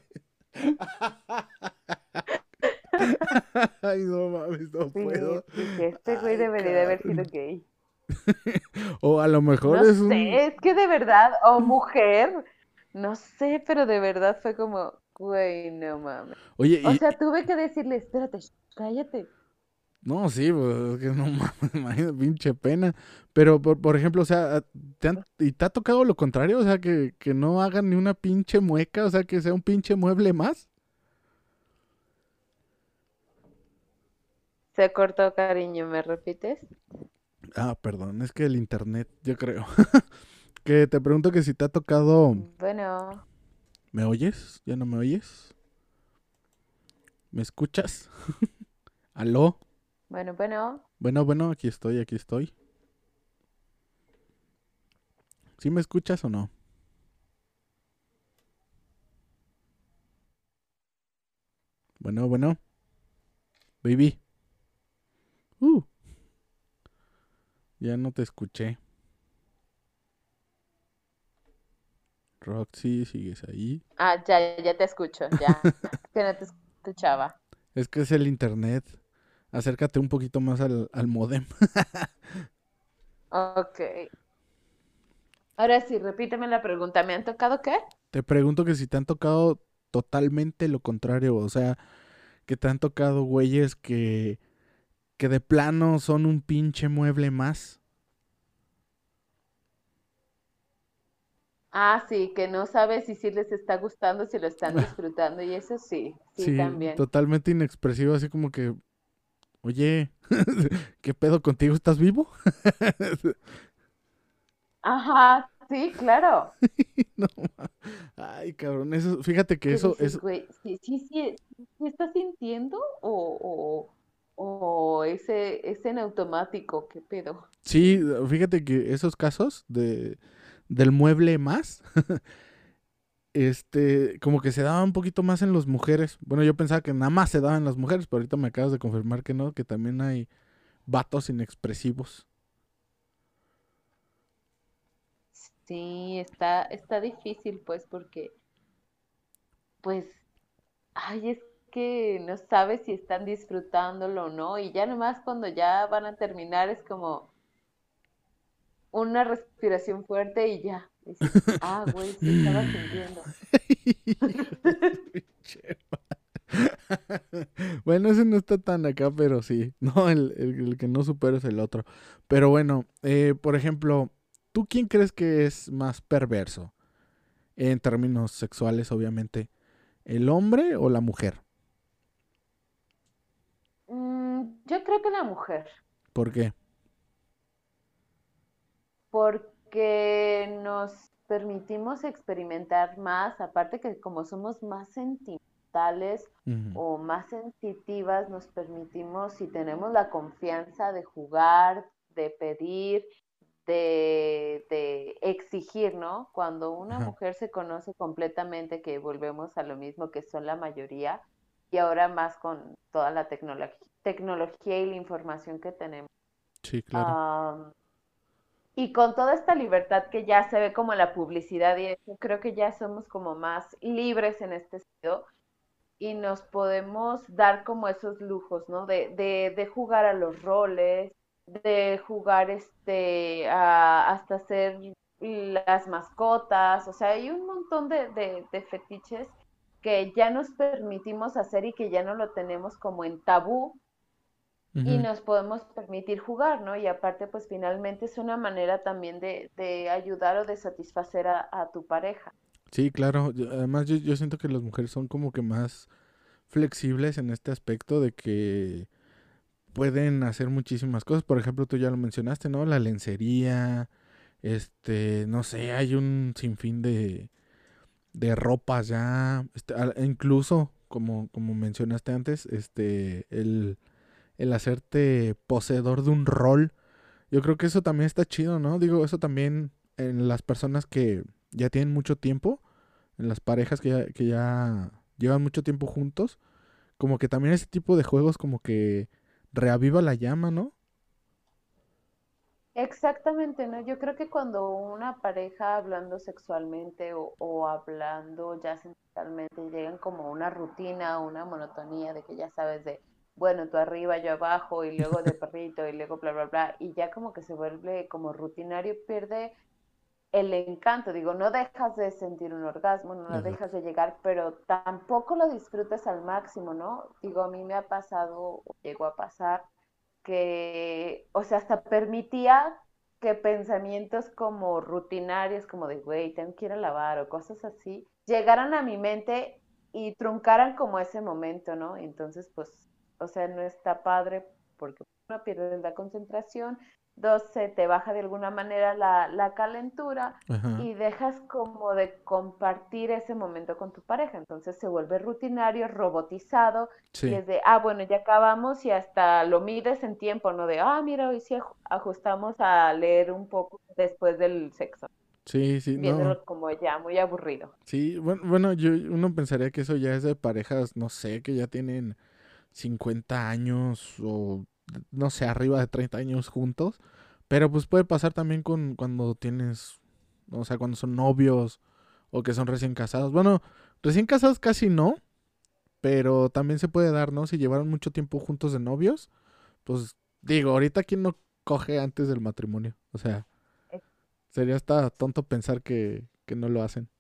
A: Ay, no mames, no
C: Sí,
A: puedo.
C: dije, este güey
A: Ay,
C: debería de haber sido
A: cabrón.
C: gay.
A: O a lo mejor
C: No
A: es un.
C: sé, es que de verdad, o mujer, no sé, pero de verdad fue como, güey, no mames.
A: Oye,
C: O sea, tuve que decirle, espérate, cállate.
A: no, sí, pues es que no mames, imagínate, pinche pena. Pero, por ejemplo, o sea, ¿y te ha tocado lo contrario? O sea, que no hagan ni una pinche mueca, o sea, que sea un pinche mueble más.
C: Se cortó, cariño, ¿me repites?
A: Ah, perdón, es que el internet, yo creo. Que te pregunto que si te ha tocado.
C: Bueno,
A: ¿Me oyes? ¿Ya no me oyes? ¿Me escuchas? ¿Aló?
C: Bueno, bueno.
A: Bueno, aquí estoy, aquí estoy. ¿Sí me escuchas o no? Bueno, baby. Uh, ya no te escuché. Roxy, ¿sigues ahí?
C: Ah, ya te escucho, ya. Que no te escuchaba.
A: Es que es el internet. Acércate un poquito más al modem.
C: Ok. Ahora sí, repíteme la pregunta. ¿Me han tocado qué?
A: Te pregunto que si te han tocado totalmente lo contrario. O sea, que te han tocado güeyes que de plano son un pinche mueble más.
C: Ah, sí, que no sabes si sí les está gustando, si lo están disfrutando, y eso sí, sí,
A: Sí,
C: también.
A: totalmente inexpresivo, así como que, oye, ¿qué pedo contigo? ¿Estás vivo?
C: Ajá, sí, claro.
A: No, ay, cabrón, eso, fíjate que
C: Que
A: eso
C: dices,
A: es,
C: güey, sí estás sintiendo o ese en automático, ¿qué pedo?
A: sí, fíjate que esos casos del mueble más, como que se daba un poquito más en las mujeres. Bueno, yo pensaba que nada más se daba en las mujeres, pero ahorita me acabas de confirmar que no, que también hay vatos inexpresivos.
C: Sí, está difícil, pues, porque, pues, ay, es que no sabes si están disfrutándolo o no, y ya nomás cuando ya van a terminar es como una respiración fuerte y ya, dices, ah, güey, sí estaba sintiendo.
A: Hijo de su pinche Bueno, ese no está tan acá, pero sí. No, el que no supera es el otro. Pero bueno, por ejemplo, ¿tú quién crees que es más perverso? En términos sexuales, obviamente. ¿El hombre o la mujer?
C: Yo creo que la mujer,
A: ¿Por qué?
C: porque nos permitimos experimentar más, aparte que como somos más sentimentales
A: Ujú.
C: o más sensitivas, nos permitimos, si tenemos la confianza de jugar, de pedir, de exigir, ¿no? Cuando una
A: Ajá.
C: mujer se conoce completamente, que volvemos a lo mismo que son la mayoría, y ahora más con toda la tecnología y la información que tenemos.
A: Sí, claro.
C: Um, y con toda esta libertad que ya se ve como la publicidad y eso, creo que ya somos como más libres en este sentido y nos podemos dar como esos lujos, ¿no? De jugar a los roles, de jugar hasta ser las mascotas, o sea, hay un montón de fetiches que ya nos permitimos hacer y que ya no lo tenemos como en tabú y
A: Ujú.
C: nos podemos permitir jugar, ¿no? Y aparte, pues finalmente es una manera también de ayudar o de satisfacer a tu pareja.
A: Sí, claro. Además, yo siento que las mujeres son como que más flexibles en este aspecto de que pueden hacer muchísimas cosas. Por ejemplo, tú ya lo mencionaste, ¿no? La lencería, no sé, hay un sinfín de ropas ya, incluso, como mencionaste antes, el hacerte poseedor de un rol. Yo creo que eso también está chido, ¿no? Digo, eso también en las personas que ya tienen mucho tiempo, en las parejas que ya llevan mucho tiempo juntos, como que también ese tipo de juegos como que reaviva la llama, ¿no?
C: Exactamente, ¿no? Yo creo que cuando una pareja hablando sexualmente o hablando ya sentimentalmente llegan como a una rutina, una monotonía de que ya sabes de, bueno, tú arriba, yo abajo y luego de perrito y luego bla, bla, bla, y ya como que se vuelve como rutinario, pierde el encanto. Digo, no dejas de sentir un orgasmo, no lo
A: Exacto.
C: dejas de llegar, pero tampoco lo disfrutas al máximo, ¿no? Digo, a mí me ha pasado, o llegó a pasar, que, o sea, hasta permitía que pensamientos como rutinarios, como de, güey, tengo que ir a lavar o cosas así, llegaran a mi mente y truncaran como ese momento, ¿no? Entonces, pues, o sea, no está padre porque uno pierde la concentración, dos, se te baja de alguna manera la calentura
A: Ajá.
C: y dejas como de compartir ese momento con tu pareja. Entonces se vuelve rutinario, robotizado y
A: Sí,
C: es de, bueno, ya acabamos y hasta lo mides en tiempo, ¿no? De, mira, hoy sí ajustamos a leer un poco después del sexo,
A: sí, sí, no.
C: viéndolo como ya muy aburrido.
A: Sí, bueno, uno pensaría que eso ya es de parejas, no sé, que ya tienen 50 años o no sé, arriba de 30 años juntos. Pero pues puede pasar también con cuando tienes, o sea, cuando son novios o que son recién casados. Bueno, recién casados casi no, pero también se puede dar, ¿no? Si llevaron mucho tiempo juntos de novios, pues digo, ahorita quién no coge antes del matrimonio. O sea, sería hasta tonto pensar que no lo hacen.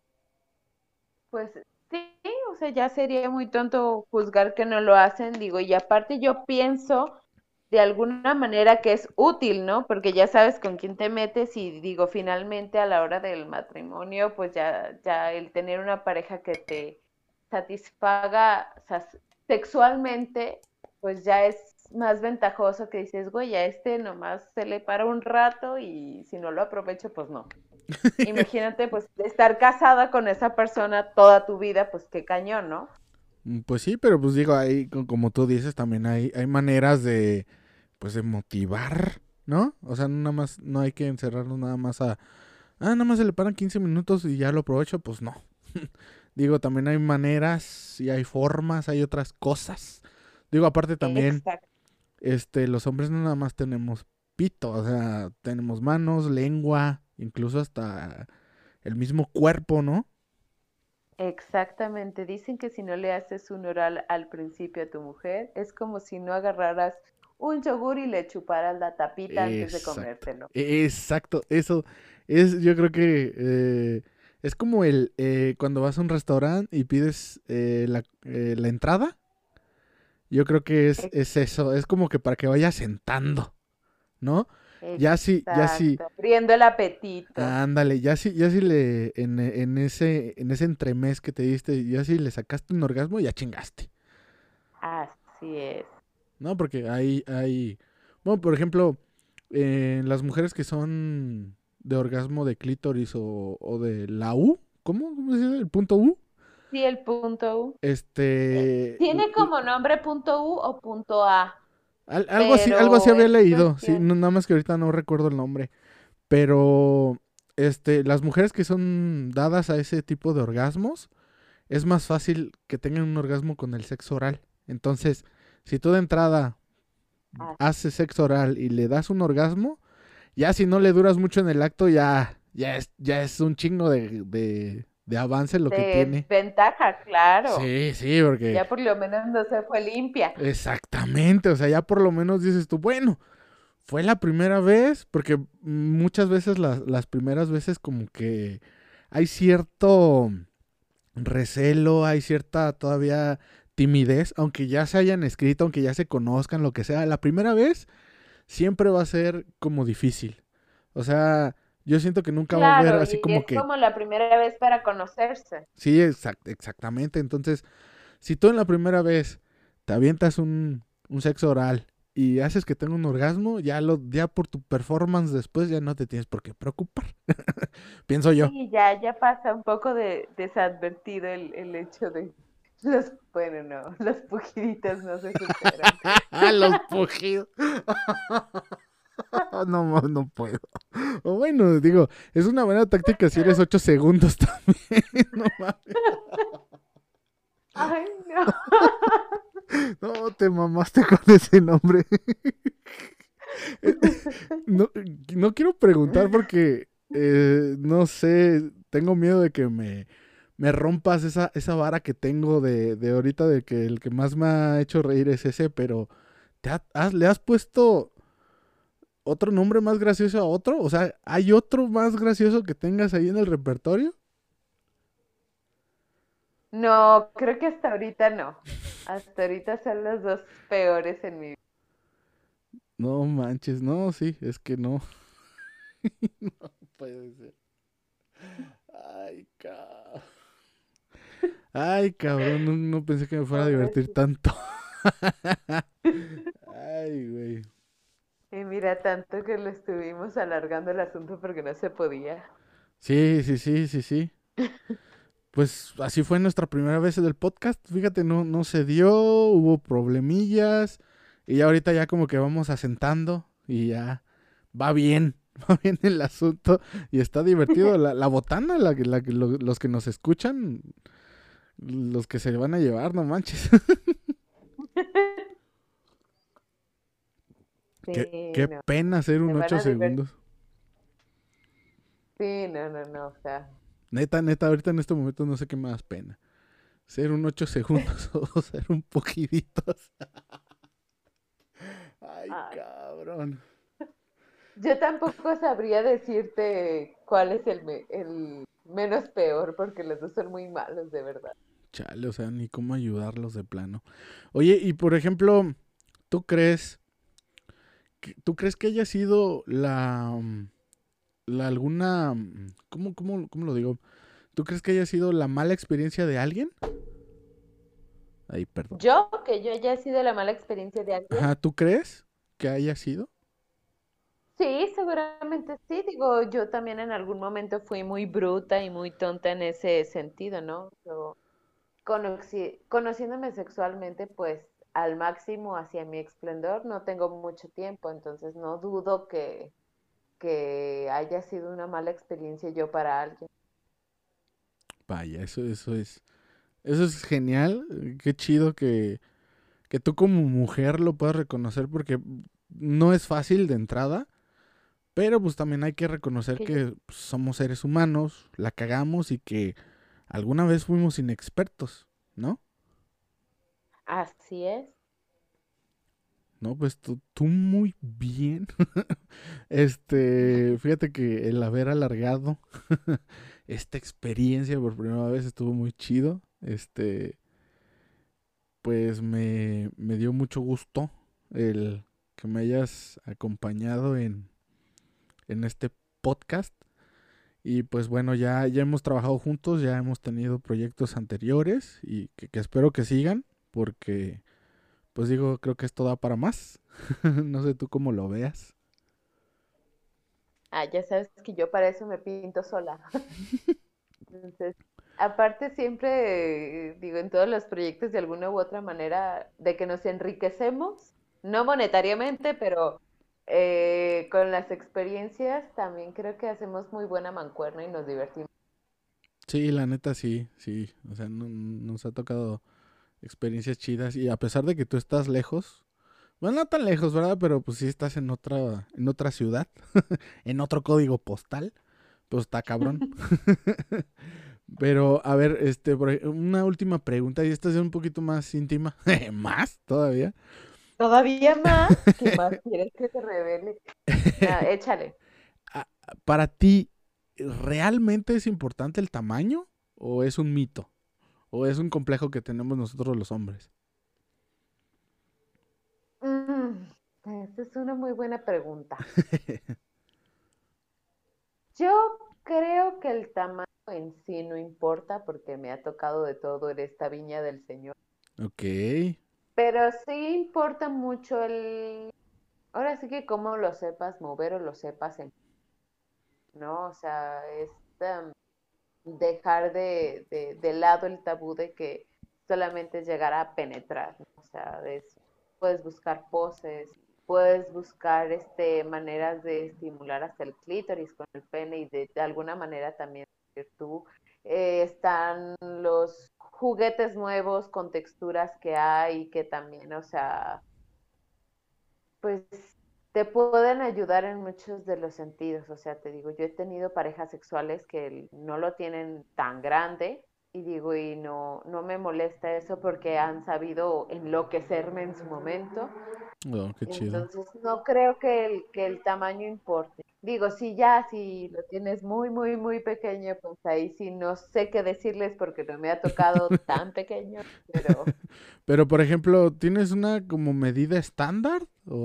C: Pues sí, o sea, ya sería muy tonto juzgar que no lo hacen, digo, y aparte yo pienso de alguna manera que es útil, ¿no? Porque ya sabes con quién te metes y digo, finalmente a la hora del matrimonio, pues ya el tener una pareja que te satisfaga sexualmente, pues ya es más ventajoso que dices, güey, a este nomás se le para un rato y si no lo aprovecho, pues no. Imagínate, pues, estar casada con esa persona toda tu vida, pues qué cañón, ¿no?
A: Pues sí, pero pues digo, ahí, como tú dices, también hay maneras de, pues de motivar, ¿no? O sea, no nada más, no hay que encerrarnos nada más a, nada más se le paran 15 minutos y ya lo aprovecho, pues no. Digo, también hay maneras y hay formas, hay otras cosas. Digo, aparte también,
C: Exacto.
A: los hombres no nada más tenemos pito, o sea, tenemos manos, lengua, incluso hasta el mismo cuerpo, ¿no?
C: Exactamente. Dicen que si no le haces un oral al principio a tu mujer, es como si no agarraras un yogur y le chuparas la tapita antes de
A: Exacto,
C: comértelo.
A: exacto, eso es, yo creo que es como cuando vas a un restaurante y pides la entrada, yo creo que es eso, es como que para que vayas sentando, ¿no? Ya sí,
C: Exacto. Abriendo el apetito.
A: ándale, ya sí en ese entremés que te diste, ya sí le sacaste un orgasmo, ya chingaste,
C: Así es.
A: ¿no? Porque bueno, por ejemplo, las mujeres que son de orgasmo de clítoris o de la U, ¿cómo se dice? ¿El punto U?
C: Sí, el punto U.
A: Este,
C: Tiene como nombre punto U o punto A,
A: algo así
C: pero
A: había
C: es
A: leído, sí,
C: cuestión.
A: nada más que ahorita no recuerdo el nombre, pero, las mujeres que son dadas a ese tipo de orgasmos, es más fácil que tengan un orgasmo con el sexo oral. Entonces, si tú de entrada
C: Ah,
A: haces sexo oral y le das un orgasmo, ya si no le duras mucho en el acto, ya es un chingo de avance lo que
C: de
A: tiene.
C: ventaja, claro.
A: Sí, sí, porque
C: Ya por lo menos no se fue limpia.
A: exactamente, o sea, ya por lo menos dices tú, bueno, fue la primera vez, porque muchas veces las primeras veces como que hay cierto recelo, hay cierta todavía timidez, aunque ya se hayan escrito, aunque ya se conozcan, lo que sea, la primera vez siempre va a ser como difícil. O sea, yo siento que nunca va a haber
C: Claro,
A: así
C: y
A: como
C: es
A: que,
C: como la primera vez para conocerse.
A: sí, exactamente. Entonces, si tú en la primera vez te avientas un sexo oral y haces que tenga un orgasmo, ya por tu performance después ya no te tienes por qué preocupar. Pienso yo.
C: Sí, ya pasa un poco de desadvertido el hecho de bueno, no, los pujiditos no se superan.
A: Los pujidos. No, no puedo. O bueno, digo, es una buena táctica si eres 8 segundos también. No mames.
C: Ay, no.
A: No, te mamaste con ese nombre. No, no quiero preguntar porque no sé, tengo miedo de que me rompas esa vara que tengo de ahorita de que el que más me ha hecho reír es ese, pero ¿le has puesto otro nombre más gracioso a otro? O sea, ¿hay otro más gracioso que tengas ahí en el repertorio?
C: No, creo que hasta ahorita no. Hasta ahorita son los dos peores en mi vida.
A: No manches, no, sí, es que no. No puede ser. Ay, cabrón. Ay, cabrón, no pensé que me fuera a divertir
C: Pobrecito.
A: tanto. Ay, güey.
C: Y Mira, tanto que lo estuvimos alargando el asunto porque no se podía.
A: Sí, sí, sí, sí, sí. Pues así fue nuestra primera vez del podcast. Fíjate, no se dio, hubo problemillas. Y ya ahorita ya como que vamos asentando y ya va bien, va bien el asunto. Y está divertido. La botana, los que nos escuchan, los que se van a llevar, no manches.
C: Sí,
A: Qué
C: no,
A: pena hacer un
C: se van
A: 8
C: a divertir.
A: segundos.
C: Sí, no, no, no, o sea,
A: Neta, neta, ahorita en este momento no sé qué me das pena. Ser un 8 segundos o ser un poquiditos. Ay,
C: ay,
A: cabrón.
C: yo tampoco sabría decirte cuál es el menos peor, porque los dos son muy malos, de verdad.
A: Chale, o sea, ni cómo ayudarlos de plano. Oye, y por ejemplo, ¿tú crees ¿tú crees que haya sido la alguna, cómo lo digo? ¿Tú crees que haya sido la mala experiencia de alguien? Ay, perdón.
C: Que yo haya sido la mala experiencia de alguien.
A: Ajá, ¿tú crees que haya sido?
C: Sí, seguramente sí. Digo, yo también en algún momento fui muy bruta y muy tonta en ese sentido, ¿no? Yo conociéndome sexualmente, pues al máximo hacia mi esplendor, no tengo mucho tiempo, entonces no dudo que haya sido una mala experiencia yo para alguien.
A: Vaya, eso es genial. Qué chido que tú como mujer lo puedas reconocer porque no es fácil de entrada. Pero pues también hay que reconocer
C: Que yo-
A: que pues, somos seres humanos, la cagamos y que alguna vez fuimos inexpertos, ¿no?
C: Así es.
A: No, pues tú muy bien. Fíjate que el haber alargado esta experiencia por primera vez estuvo muy chido. Pues me dio mucho gusto el que me hayas acompañado en este podcast. Y pues bueno, ya hemos trabajado juntos, ya hemos tenido proyectos anteriores y que espero que sigan, porque pues digo, creo que esto da para más. No sé tú cómo lo veas.
C: Ah, ya sabes que yo para eso me pinto sola. Entonces, aparte siempre, digo, en todos los proyectos de alguna u otra manera, de que nos enriquecemos, no monetariamente, pero con las experiencias también creo que hacemos muy buena mancuerna y nos divertimos.
A: Sí, la neta sí, sí. O sea, nos ha tocado experiencias chidas y a pesar de que tú estás lejos, bueno, no tan lejos, ¿verdad? Pero pues sí estás en otra ciudad, en otro código postal, pues está cabrón. Pero, a ver, una última pregunta, y esta es un poquito más íntima. ¿Más todavía?
C: ¿Todavía más? ¿Qué más quieres que te revele? Nada, échale.
A: Ah, Para ti, ¿realmente es importante el tamaño? ¿O es un mito? ¿O es un complejo que tenemos nosotros los hombres?
C: Mm, esa es una muy buena pregunta. Yo creo que el tamaño en sí no importa porque me ha tocado de todo en esta viña del Señor.
A: Ok.
C: Pero sí importa mucho ahora sí que cómo lo sepas mover o lo sepas ¿no? O sea, es dejar de lado el tabú de que solamente es llegar a penetrar, ¿no? O sea, puedes buscar poses, puedes buscar maneras de estimular hasta el clítoris con el pene y de alguna manera también tú. Están los juguetes nuevos con texturas que hay que también, o sea, pues te pueden ayudar en muchos de los sentidos. O sea, te digo, yo he tenido parejas sexuales que no lo tienen tan grande y digo, y no me molesta eso porque han sabido enloquecerme en su momento.
A: Oh, qué chido.
C: Entonces, no creo que el tamaño importe. Digo, si lo tienes muy, muy, muy pequeño, pues ahí sí no sé qué decirles porque no me ha tocado tan pequeño, pero
A: Pero, por ejemplo, ¿tienes una como medida estándar?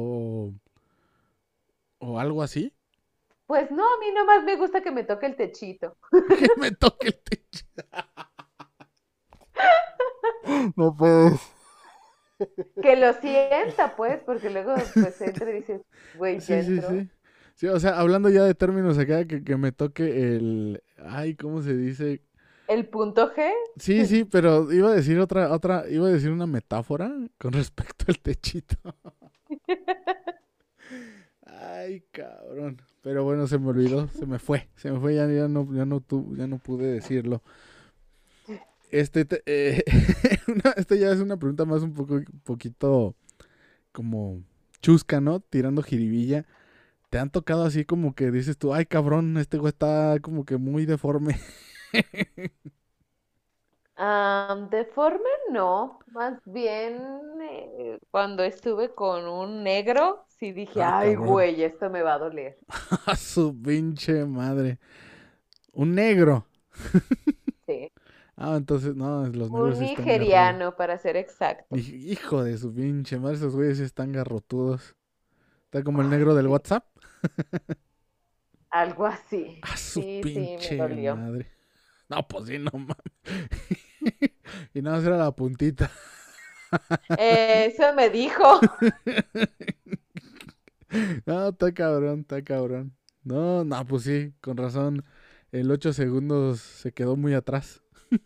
A: ¿O algo así?
C: pues no, a mí nomás me gusta que me toque el techito.
A: Que me toque el techo. No puedes.
C: Que lo sienta, pues, porque luego pues entra y dices, güey, ya
A: Sí, sí,
C: entró.
A: sí. Sí, o sea, hablando ya de términos acá, que me toque el... Ay, ¿cómo se dice?
C: El punto G,
A: Sí, sí, pero iba a decir iba a decir una metáfora con respecto al techito. Ay, cabrón. Pero bueno, se me olvidó, se me fue, ya no pude decirlo. Esta ya es una pregunta más un poquito como chusca, ¿no? Tirando jiribilla. ¿Te han tocado así como que dices tú, ay, cabrón, este güey está como que muy deforme?
C: deforme no, más bien cuando estuve con un negro, sí dije,
A: Ah,
C: ay,
A: cabrón.
C: güey, esto me va a doler.
A: A su pinche madre. Un negro.
C: Sí.
A: Ah, entonces, no, los negros
C: Un
A: sí están garrudos.
C: nigeriano, para ser exacto.
A: Hijo de su pinche madre, esos güeyes sí están garrotudos. Está como el
C: Ay,
A: negro del
C: sí,
A: WhatsApp.
C: algo así.
A: A su
C: Sí, sí, me
A: pinche
C: dolió.
A: madre. No, pues sí, no mames. Y nada más era la puntita.
C: Eso me dijo.
A: No, está cabrón, está cabrón. No, no, pues sí, con razón. El 8 segundos se quedó muy atrás.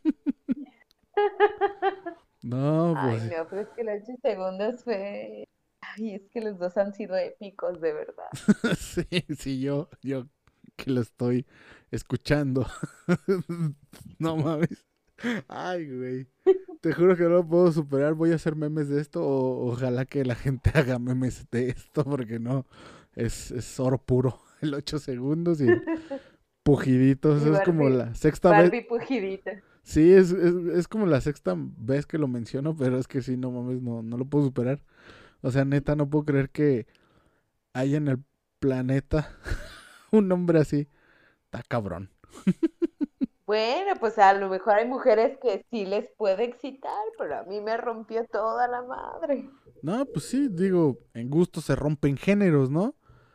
A: No,
C: Ay,
A: pues
C: no, pero es que los 8 segundos fue. Ay, es que los dos han sido épicos, de verdad.
A: sí, sí, yo que lo estoy escuchando. No mames. Ay, güey. Te juro que no lo puedo superar. Voy a hacer memes de esto o ojalá que la gente haga memes de esto porque no. Es oro puro. El 8 segundos y el pujidito.
C: Y
A: Eso es como
C: Barbie,
A: la sexta vez.
C: Barbie pujidita.
A: Sí, es como la sexta vez que lo menciono, pero es que sí, no mames, no lo puedo superar. O sea, neta, no puedo creer que hay en el planeta un hombre así. Está cabrón.
C: Bueno, pues a lo mejor hay mujeres que sí les puede excitar, pero a mí me rompió toda la madre.
A: No, pues sí, digo, en gusto se rompen géneros, ¿no?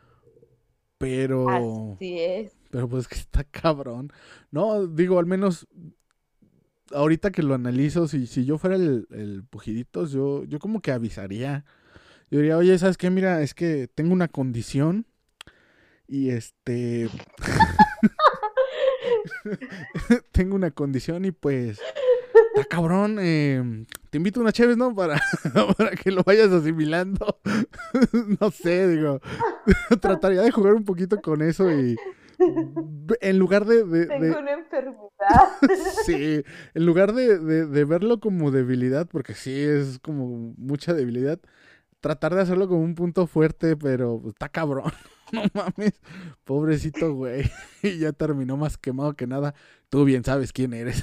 A: Pero,
C: Así es.
A: pero pues que está cabrón. No, digo, al menos ahorita que lo analizo, si yo fuera el Pujiditos, yo como que avisaría. Yo diría, oye, ¿sabes qué? Mira, es que tengo una condición y tengo una condición y pues, está cabrón, te invito a una chévere, ¿no? Para que lo vayas asimilando. No sé, digo, trataría de jugar un poquito con eso y en lugar
C: Tengo una enfermedad.
A: sí, en lugar de verlo como debilidad, porque sí es como mucha debilidad, tratar de hacerlo como un punto fuerte, pero pues, está cabrón. No mames, pobrecito güey. Y ya terminó más quemado que nada. Tú bien sabes quién eres.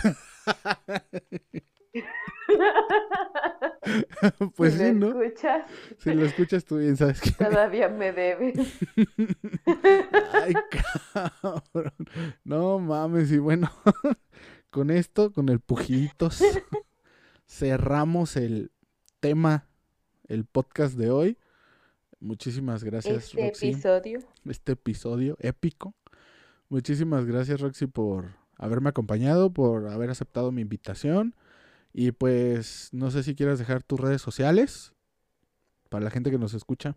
C: Si
A: Pues
C: lo
A: sí, ¿no?
C: escuchas,
A: Si lo escuchas tú bien sabes quién
C: todavía me debes.
A: Ay, cabrón. No mames, y bueno, con esto, con el pujiditos, cerramos el tema, el podcast de hoy. Muchísimas gracias,
C: Este
A: Roxy.
C: episodio.
A: Este episodio épico. Muchísimas gracias, Roxy, por haberme acompañado, por haber aceptado mi invitación. Y pues, no sé si quieras dejar tus redes sociales para la gente que nos escucha.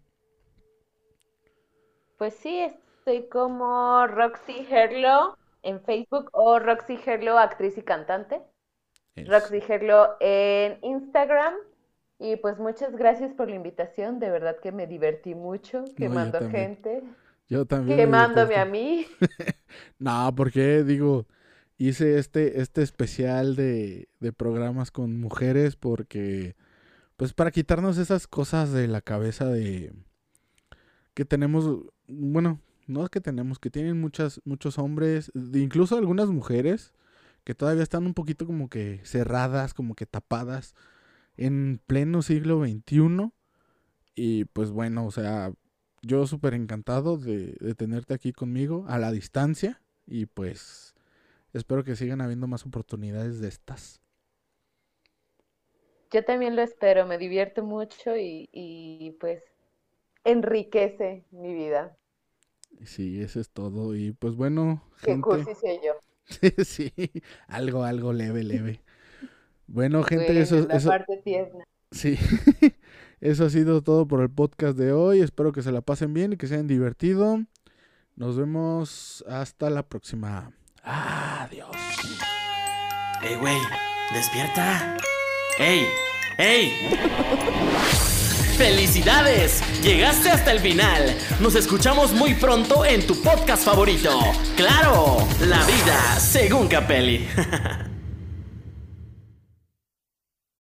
C: Pues sí, estoy como Roxy Herlo en Facebook o Roxy Herlo, actriz y cantante.
A: Es,
C: Roxy Herlo en Instagram. Y pues muchas gracias por la invitación. De verdad que me divertí mucho
A: no, yo
C: quemando
A: también.
C: gente,
A: Yo también me
C: quemándome a
A: divertí.
C: mí.
A: No, porque digo, hice este especial de programas con mujeres porque, pues para quitarnos esas cosas de la cabeza de que tenemos, bueno, no es que tenemos, que tienen muchos hombres, incluso algunas mujeres, que todavía están un poquito como que cerradas, como que tapadas en pleno siglo XXI. Y pues bueno, o sea, yo súper encantado de tenerte aquí conmigo a la distancia y pues espero que sigan habiendo más oportunidades de estas.
C: Yo también lo espero, me divierto mucho y pues enriquece mi vida.
A: Sí, eso es todo. Y pues bueno,
C: Qué
A: gente,
C: cursi soy yo.
A: sí, algo leve. Bueno, gente,
C: Bueno, es la parte tierna.
A: Sí. Eso ha sido todo por el podcast de hoy. Espero que se la pasen bien y que se hayan divertido. Nos vemos hasta la próxima. Adiós.
B: ¡Ey, güey! ¡Despierta! ¡Ey! ¡Ey! ¡Felicidades! Llegaste hasta el final. Nos escuchamos muy pronto en tu podcast favorito. ¡Claro! La vida según Capelli.